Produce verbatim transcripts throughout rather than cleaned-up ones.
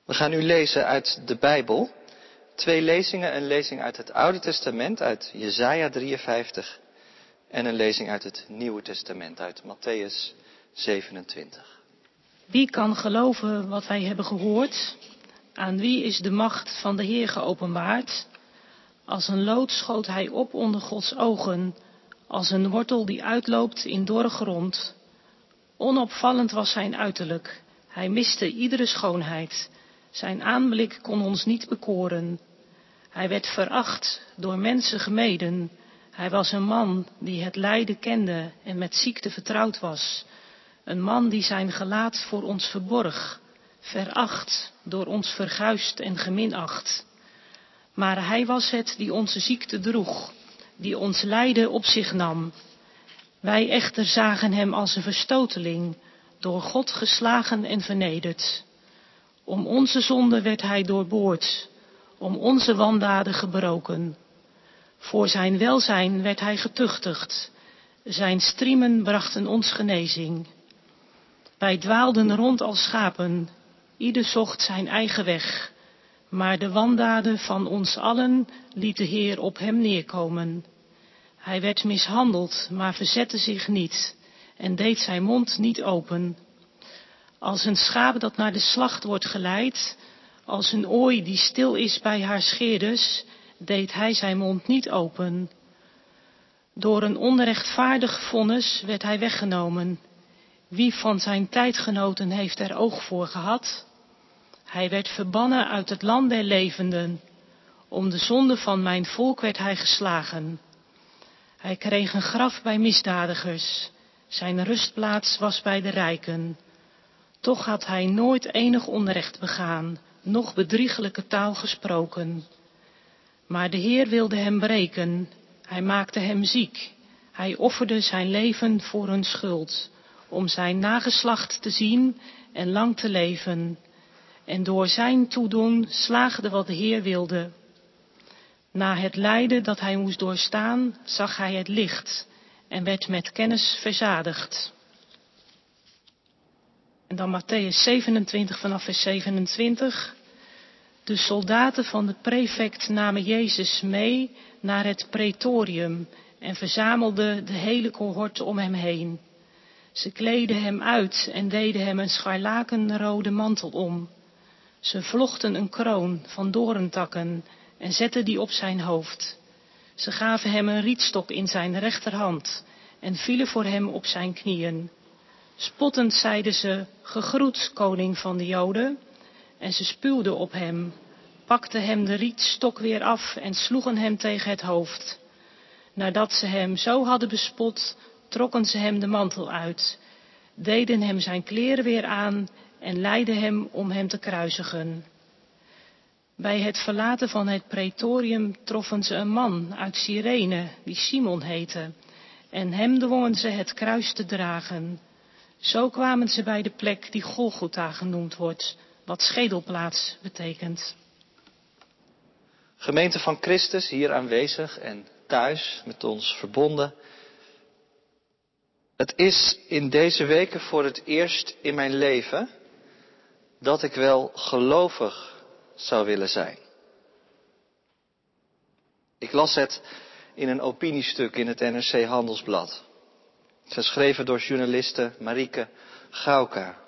We gaan nu lezen uit de Bijbel. Twee lezingen, een lezing uit het Oude Testament, uit Jesaja drieënvijftig. En een lezing uit het Nieuwe Testament, uit Mattheüs zevenentwintig. Wie kan geloven wat wij hebben gehoord? Aan wie is de macht van de Heer geopenbaard? Als een lood schoot hij op onder Gods ogen, als een wortel die uitloopt in dorre grond. Onopvallend was zijn uiterlijk, hij miste iedere schoonheid. Zijn aanblik kon ons niet bekoren. Hij werd veracht, door mensen gemeden. Hij was een man die het lijden kende en met ziekte vertrouwd was. Een man die zijn gelaat voor ons verborg, veracht, door ons verguisd en geminacht. Maar hij was het die onze ziekte droeg, die ons lijden op zich nam. Wij echter zagen hem als een verstoteling, door God geslagen en vernederd. Om onze zonde werd hij doorboord, om onze wandaden gebroken. Voor zijn welzijn werd hij getuchtigd, zijn striemen brachten ons genezing. Wij dwaalden rond als schapen, ieder zocht zijn eigen weg. Maar de wandaden van ons allen liet de Heer op hem neerkomen. Hij werd mishandeld, maar verzette zich niet en deed zijn mond niet open. Als een schaap dat naar de slacht wordt geleid, als een ooi die stil is bij haar scheerders, deed hij zijn mond niet open. Door een onrechtvaardig vonnis werd hij weggenomen. Wie van zijn tijdgenoten heeft er oog voor gehad? Hij werd verbannen uit het land der levenden. Om de zonde van mijn volk werd hij geslagen. Hij kreeg een graf bij misdadigers. Zijn rustplaats was bij de rijken. Toch had hij nooit enig onrecht begaan, noch bedriegelijke taal gesproken. Maar de Heer wilde hem breken. Hij maakte hem ziek. Hij offerde zijn leven voor hun schuld, om zijn nageslacht te zien en lang te leven. En door zijn toedoen slaagde wat de Heer wilde. Na het lijden dat hij moest doorstaan, zag hij het licht en werd met kennis verzadigd. En dan Mattheüs zevenentwintig vanaf vers zevenentwintig. De soldaten van de prefect namen Jezus mee naar het praetorium en verzamelden de hele cohort om hem heen. Ze kleden hem uit en deden hem een scharlakenrode mantel om. Ze vlochten een kroon van doorntakken en zetten die op zijn hoofd. Ze gaven hem een rietstok in zijn rechterhand en vielen voor hem op zijn knieën. Spottend zeiden ze, gegroet, koning van de Joden. En ze spuwden op hem, pakten hem de rietstok weer af en sloegen hem tegen het hoofd. Nadat ze hem zo hadden bespot, trokken ze hem de mantel uit, deden hem zijn kleren weer aan en leidden hem om hem te kruisigen. Bij het verlaten van het praetorium troffen ze een man uit Cyrene, die Simon heette, en hem dwongen ze het kruis te dragen. Zo kwamen ze bij de plek die Golgotha genoemd wordt, wat schedelplaats betekent. Gemeente van Christus, hier aanwezig en thuis met ons verbonden. Het is in deze weken voor het eerst in mijn leven dat ik wel gelovig zou willen zijn. Ik las het in een opiniestuk in het N R C Handelsblad. Geschreven door journaliste Marieke Gauka.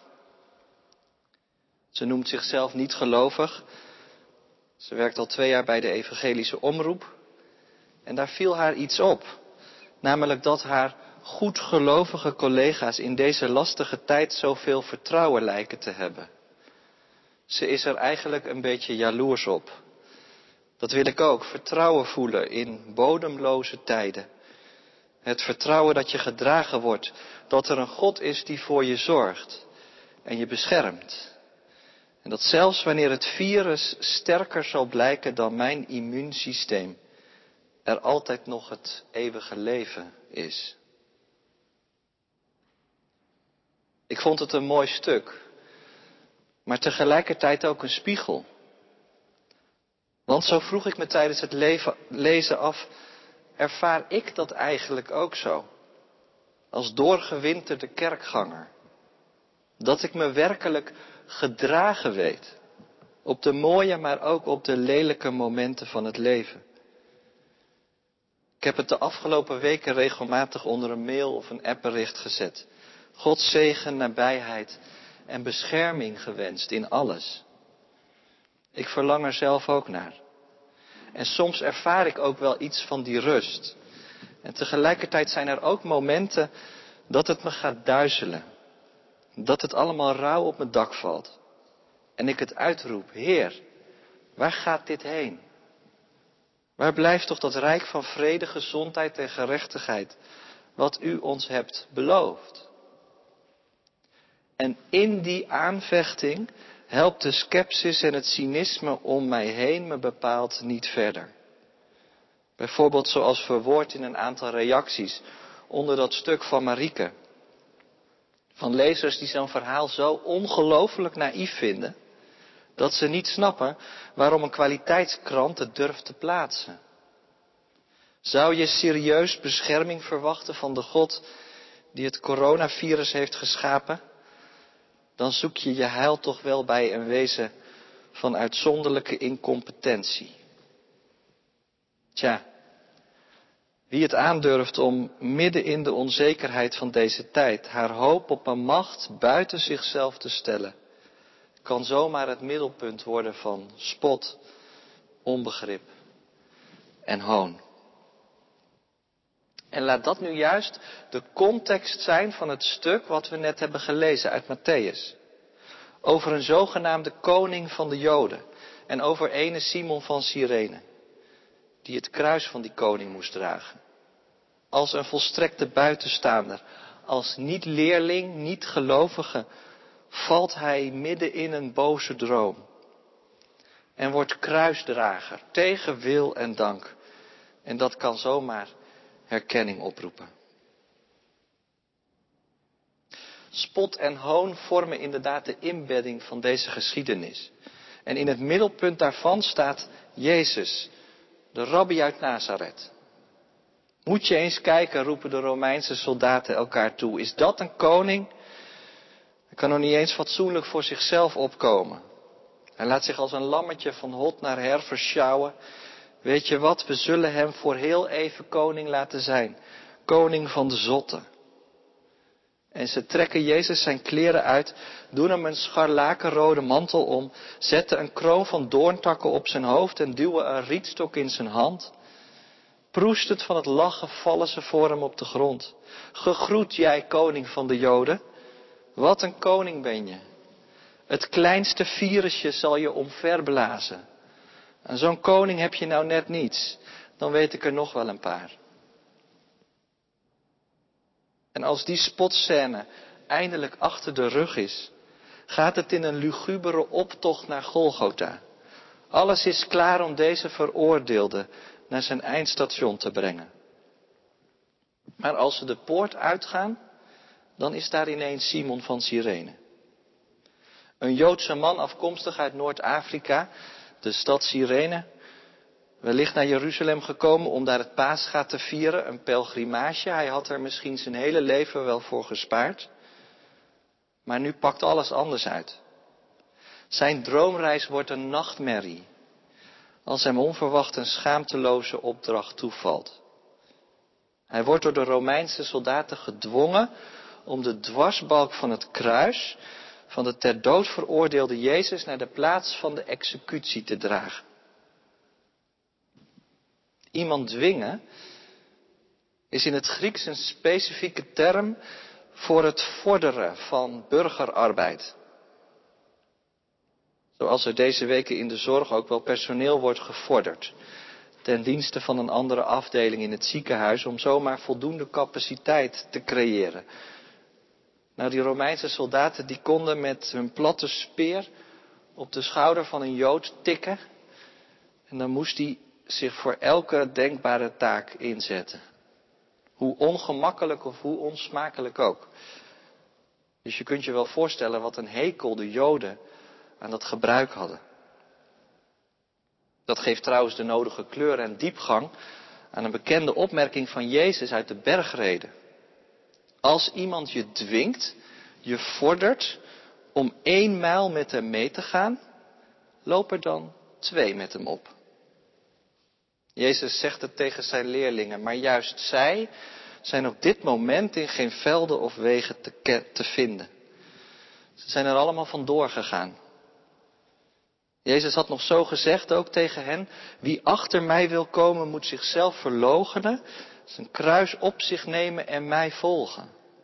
Ze noemt zichzelf niet gelovig. Ze werkt al twee jaar bij de evangelische omroep. En daar viel haar iets op. Namelijk dat haar goedgelovige collega's in deze lastige tijd zoveel vertrouwen lijken te hebben. Ze is er eigenlijk een beetje jaloers op. Dat wil ik ook, vertrouwen voelen in bodemloze tijden. Het vertrouwen dat je gedragen wordt, dat er een God is die voor je zorgt en je beschermt. En dat zelfs wanneer het virus sterker zal blijken dan mijn immuunsysteem, er altijd nog het eeuwige leven is. Ik vond het een mooi stuk, maar tegelijkertijd ook een spiegel. Want zo vroeg ik me tijdens het leven, lezen af, ervaar ik dat eigenlijk ook zo? Als doorgewinterde kerkganger. Dat ik me werkelijk gedragen weet. Op de mooie, maar ook op de lelijke momenten van het leven. Ik heb het de afgelopen weken regelmatig onder een mail of een appbericht gezet. Gods zegen, nabijheid en bescherming gewenst in alles. Ik verlang er zelf ook naar. En soms ervaar ik ook wel iets van die rust. En tegelijkertijd zijn er ook momenten dat het me gaat duizelen. Dat het allemaal rauw op mijn dak valt. En ik het uitroep, Heer, waar gaat dit heen? Waar blijft toch dat rijk van vrede, gezondheid en gerechtigheid, wat u ons hebt beloofd? En in die aanvechting helpt de scepsis en het cynisme om mij heen me bepaald niet verder. Bijvoorbeeld zoals verwoord in een aantal reacties onder dat stuk van Marieke. Van lezers die zo'n verhaal zo ongelooflijk naïef vinden, dat ze niet snappen waarom een kwaliteitskrant het durft te plaatsen. Zou je serieus bescherming verwachten van de God die het coronavirus heeft geschapen? Dan zoek je je heil toch wel bij een wezen van uitzonderlijke incompetentie. Tja, wie het aandurft om midden in de onzekerheid van deze tijd haar hoop op een macht buiten zichzelf te stellen, kan zomaar het middelpunt worden van spot, onbegrip en hoon. En laat dat nu juist de context zijn van het stuk wat we net hebben gelezen uit Mattheüs. Over een zogenaamde koning van de Joden en over ene Simon van Cyrene, die het kruis van die koning moest dragen. Als een volstrekte buitenstaander, als niet-leerling, niet-gelovige, valt hij midden in een boze droom. En wordt kruisdrager, tegen wil en dank. En dat kan zomaar herkenning oproepen. Spot en hoon vormen inderdaad de inbedding van deze geschiedenis. En in het middelpunt daarvan staat Jezus, de rabbi uit Nazareth. Moet je eens kijken, roepen de Romeinse soldaten elkaar toe. Is dat een koning? Hij kan nog niet eens fatsoenlijk voor zichzelf opkomen. Hij laat zich als een lammetje van hot naar her versjouwen. Weet je wat, we zullen hem voor heel even koning laten zijn. Koning van de zotten. En ze trekken Jezus zijn kleren uit, doen hem een scharlakenrode mantel om, zetten een kroon van doorntakken op zijn hoofd en duwen een rietstok in zijn hand. Proestend van het lachen vallen ze voor hem op de grond. Gegroet jij, koning van de Joden. Wat een koning ben je. Het kleinste virusje zal je omverblazen. En zo'n koning heb je nou net niets. Dan weet ik er nog wel een paar. En als die spotscène eindelijk achter de rug is, gaat het in een lugubere optocht naar Golgotha. Alles is klaar om deze veroordeelde naar zijn eindstation te brengen. Maar als ze de poort uitgaan, dan is daar ineens Simon van Cyrene. Een Joodse man afkomstig uit Noord-Afrika, de stad Cyrene, wellicht naar Jeruzalem gekomen om daar het Pascha te vieren, een pelgrimage. Hij had er misschien zijn hele leven wel voor gespaard. Maar nu pakt alles anders uit. Zijn droomreis wordt een nachtmerrie, als hem onverwacht een schaamteloze opdracht toevalt. Hij wordt door de Romeinse soldaten gedwongen om de dwarsbalk van het kruis van de ter dood veroordeelde Jezus naar de plaats van de executie te dragen. Iemand dwingen is in het Grieks een specifieke term voor het vorderen van burgerarbeid. Zoals er deze weken in de zorg ook wel personeel wordt gevorderd. Ten dienste van een andere afdeling in het ziekenhuis om zomaar voldoende capaciteit te creëren. Nou, die Romeinse soldaten die konden met hun platte speer op de schouder van een Jood tikken. En dan moest hij zich voor elke denkbare taak inzetten. Hoe ongemakkelijk of hoe onsmakelijk ook. Dus je kunt je wel voorstellen wat een hekel de Joden aan dat gebruik hadden. Dat geeft trouwens de nodige kleur en diepgang aan een bekende opmerking van Jezus uit de bergreden. Als iemand je dwingt, je vordert om één mijl met hem mee te gaan, loop er dan twee met hem op. Jezus zegt het tegen zijn leerlingen, maar juist zij zijn op dit moment in geen velden of wegen te, ke- te vinden. Ze zijn er allemaal vandoor gegaan. Jezus had nog zo gezegd ook tegen hen, wie achter mij wil komen moet zichzelf verloochenen, zijn kruis op zich nemen en mij volgen.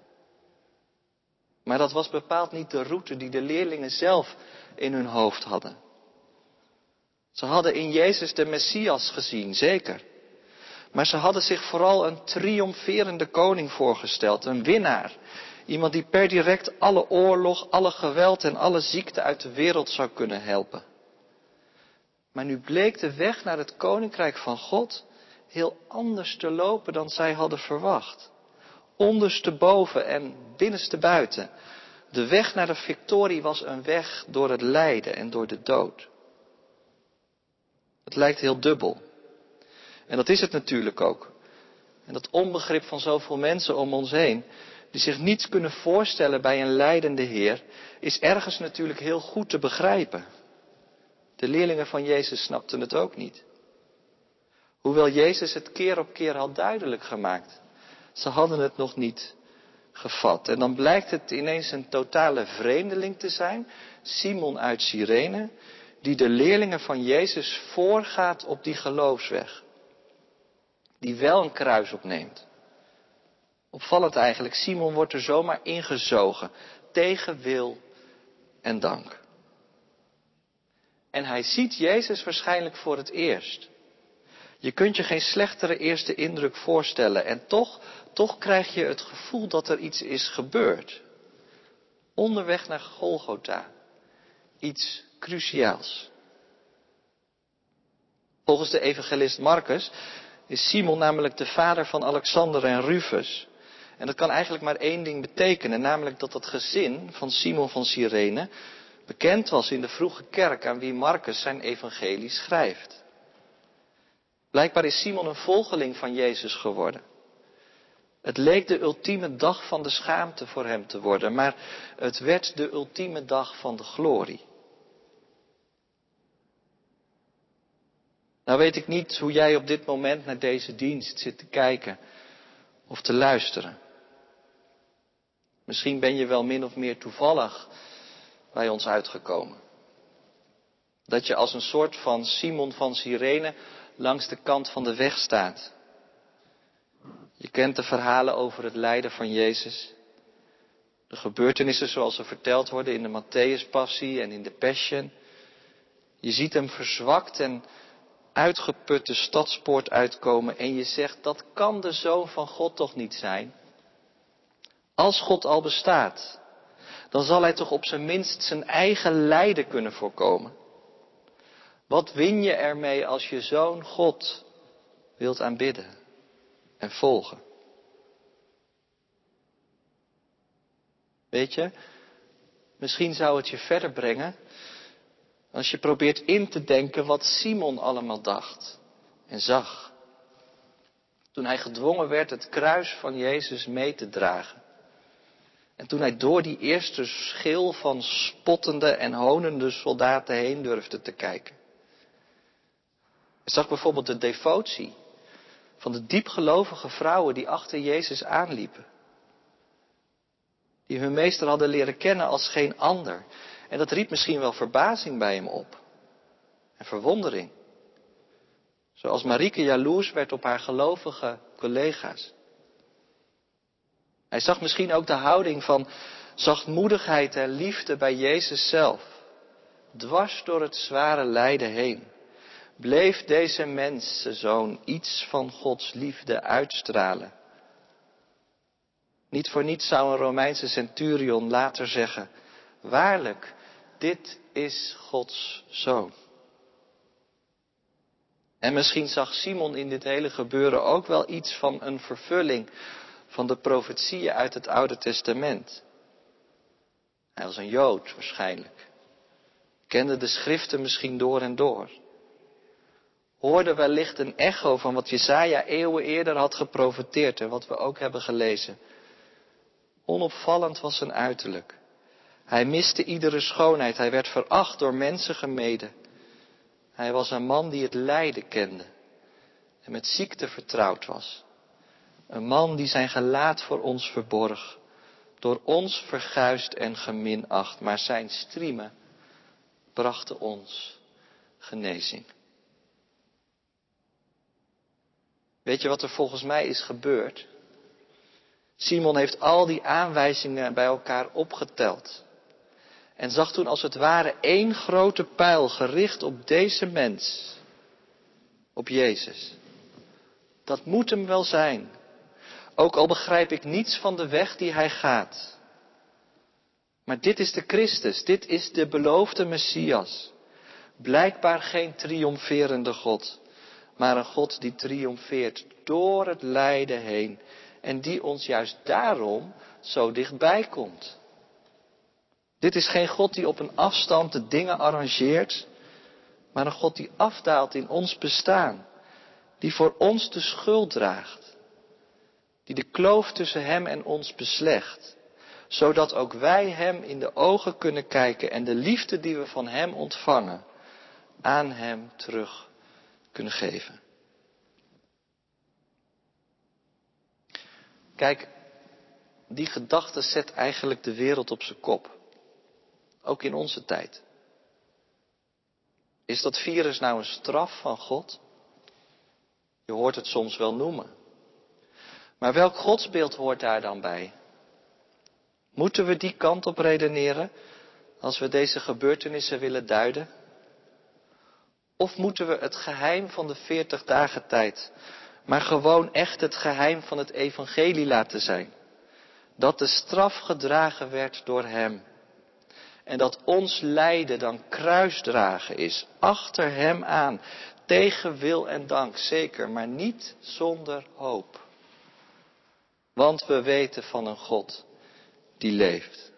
Maar dat was bepaald niet de route die de leerlingen zelf in hun hoofd hadden. Ze hadden in Jezus de Messias gezien, zeker. Maar ze hadden zich vooral een triomferende koning voorgesteld, een winnaar. Iemand die per direct alle oorlog, alle geweld en alle ziekte uit de wereld zou kunnen helpen. Maar nu bleek de weg naar het koninkrijk van God heel anders te lopen dan zij hadden verwacht. Ondersteboven en binnenstebuiten. De weg naar de victorie was een weg door het lijden en door de dood. Het lijkt heel dubbel. En dat is het natuurlijk ook. En dat onbegrip van zoveel mensen om ons heen, die zich niets kunnen voorstellen bij een lijdende Heer, is ergens natuurlijk heel goed te begrijpen. De leerlingen van Jezus snapten het ook niet. Hoewel Jezus het keer op keer had duidelijk gemaakt. Ze hadden het nog niet gevat. En dan blijkt het ineens een totale vreemdeling te zijn, Simon uit Cyrene, die de leerlingen van Jezus voorgaat op die geloofsweg. Die wel een kruis opneemt. Opvallend eigenlijk, Simon wordt er zomaar ingezogen, tegen wil en dank. En hij ziet Jezus waarschijnlijk voor het eerst. Je kunt je geen slechtere eerste indruk voorstellen. En toch, toch krijg je het gevoel dat er iets is gebeurd. Onderweg naar Golgotha. Iets cruciaals. Volgens de evangelist Marcus is Simon namelijk de vader van Alexander en Rufus. En dat kan eigenlijk maar één ding betekenen. Namelijk dat het gezin van Simon van Cyrene bekend was in de vroege kerk aan wie Marcus zijn evangelie schrijft. Blijkbaar is Simon een volgeling van Jezus geworden. Het leek de ultieme dag van de schaamte voor hem te worden, maar het werd de ultieme dag van de glorie. Nou weet ik niet hoe jij op dit moment naar deze dienst zit te kijken of te luisteren. Misschien ben je wel min of meer toevallig bij ons uitgekomen. Dat je als een soort van Simon van Cyrene langs de kant van de weg staat. Je kent de verhalen over het lijden van Jezus. De gebeurtenissen zoals ze verteld worden in de Matthäuspassie en in de Passion. Je ziet hem verzwakt en uitgeput de stadspoort uitkomen en je zegt, dat kan de Zoon van God toch niet zijn? Als God al bestaat, dan zal hij toch op zijn minst zijn eigen lijden kunnen voorkomen. Wat win je ermee als je zo'n God wilt aanbidden en volgen? Weet je, misschien zou het je verder brengen als je probeert in te denken wat Simon allemaal dacht en zag. Toen hij gedwongen werd het kruis van Jezus mee te dragen. En toen hij door die eerste schil van spottende en honende soldaten heen durfde te kijken. Hij zag bijvoorbeeld de devotie van de diepgelovige vrouwen die achter Jezus aanliepen. Die hun meester hadden leren kennen als geen ander. En dat riep misschien wel verbazing bij hem op. En verwondering. Zoals Marieke jaloers werd op haar gelovige collega's. Hij zag misschien ook de houding van zachtmoedigheid en liefde bij Jezus zelf. Dwars door het zware lijden heen. Bleef deze mensenzoon iets van Gods liefde uitstralen. Niet voor niets zou een Romeinse centurion later zeggen, waarlijk, dit is Gods zoon. En misschien zag Simon in dit hele gebeuren ook wel iets van een vervulling van de profetieën uit het Oude Testament. Hij was een Jood waarschijnlijk. Kende de schriften misschien door en door. Hoorde wellicht een echo van wat Jesaja eeuwen eerder had geprofeteerd en wat we ook hebben gelezen. Onopvallend was zijn uiterlijk. Hij miste iedere schoonheid. Hij werd veracht door mensen gemeden. Hij was een man die het lijden kende en met ziekte vertrouwd was. Een man die zijn gelaat voor ons verborg, door ons verguisd en geminacht, maar zijn striemen brachten ons genezing. Weet je wat er volgens mij is gebeurd? Simon heeft al die aanwijzingen bij elkaar opgeteld. En zag toen als het ware één grote pijl gericht op deze mens. Op Jezus. Dat moet hem wel zijn. Ook al begrijp ik niets van de weg die hij gaat. Maar dit is de Christus. Dit is de beloofde Messias. Blijkbaar geen triomferende God. Maar een God die triomfeert door het lijden heen. En die ons juist daarom zo dichtbij komt. Dit is geen God die op een afstand de dingen arrangeert. Maar een God die afdaalt in ons bestaan. Die voor ons de schuld draagt. Die de kloof tussen hem en ons beslecht. Zodat ook wij hem in de ogen kunnen kijken. En de liefde die we van hem ontvangen. Aan hem terug kunnen geven. Kijk, die gedachte zet eigenlijk de wereld op zijn kop. Ook in onze tijd. Is dat virus nou een straf van God? Je hoort het soms wel noemen. Maar welk godsbeeld hoort daar dan bij? Moeten we die kant op redeneren als we deze gebeurtenissen willen duiden? Of moeten we het geheim van de veertig dagen tijd, maar gewoon echt het geheim van het evangelie laten zijn? Dat de straf gedragen werd door hem. En dat ons lijden dan kruisdragen is, achter hem aan, tegen wil en dank, zeker, maar niet zonder hoop. Want we weten van een God die leeft.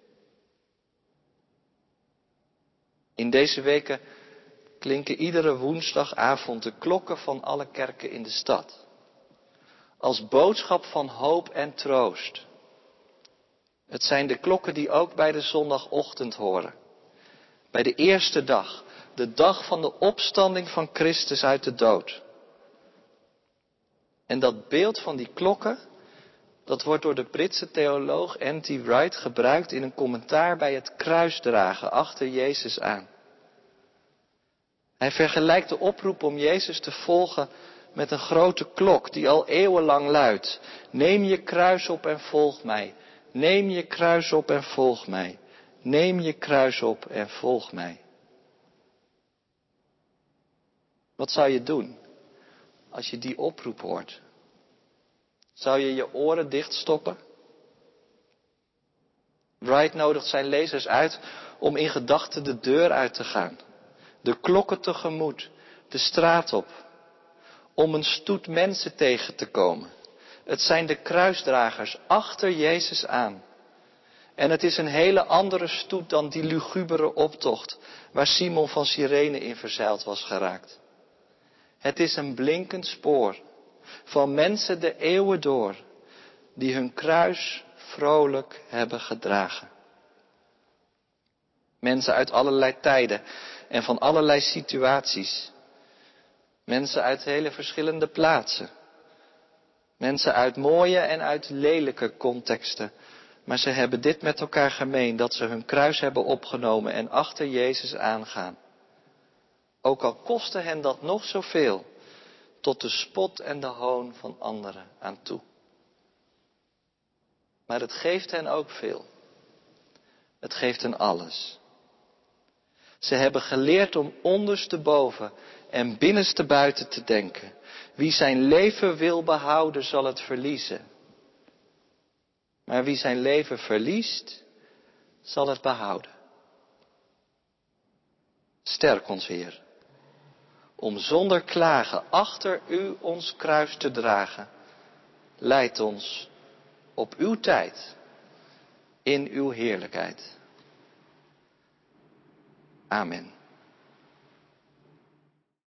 In deze weken klinken iedere woensdagavond de klokken van alle kerken in de stad. Als boodschap van hoop en troost. Het zijn de klokken die ook bij de zondagochtend horen. Bij de eerste dag, de dag van de opstanding van Christus uit de dood. En dat beeld van die klokken, dat wordt door de Britse theoloog N T Wright gebruikt in een commentaar bij het kruisdragen achter Jezus aan. Hij vergelijkt de oproep om Jezus te volgen met een grote klok die al eeuwenlang luidt. Neem je kruis op en volg mij. Neem je kruis op en volg mij. Neem je kruis op en volg mij. Wat zou je doen als je die oproep hoort? Zou je je oren dichtstoppen? Wright nodigt zijn lezers uit om in gedachten de deur uit te gaan. De klokken tegemoet, de straat op. Om een stoet mensen tegen te komen. Het zijn de kruisdragers achter Jezus aan. En het is een hele andere stoet dan die lugubere optocht waar Simon van Cyrene in verzeild was geraakt. Het is een blinkend spoor van mensen de eeuwen door die hun kruis vrolijk hebben gedragen. Mensen uit allerlei tijden en van allerlei situaties. Mensen uit hele verschillende plaatsen. Mensen uit mooie en uit lelijke contexten. Maar ze hebben dit met elkaar gemeen, dat ze hun kruis hebben opgenomen en achter Jezus aangaan. Ook al kostte hen dat nog zoveel, tot de spot en de hoon van anderen aan toe. Maar het geeft hen ook veel. Het geeft hen alles. Ze hebben geleerd om ondersteboven en binnenstebuiten te denken. Wie zijn leven wil behouden, zal het verliezen. Maar wie zijn leven verliest, zal het behouden. Sterk ons, Heer, om zonder klagen achter u ons kruis te dragen. Leid ons op uw tijd, in uw heerlijkheid. Amen.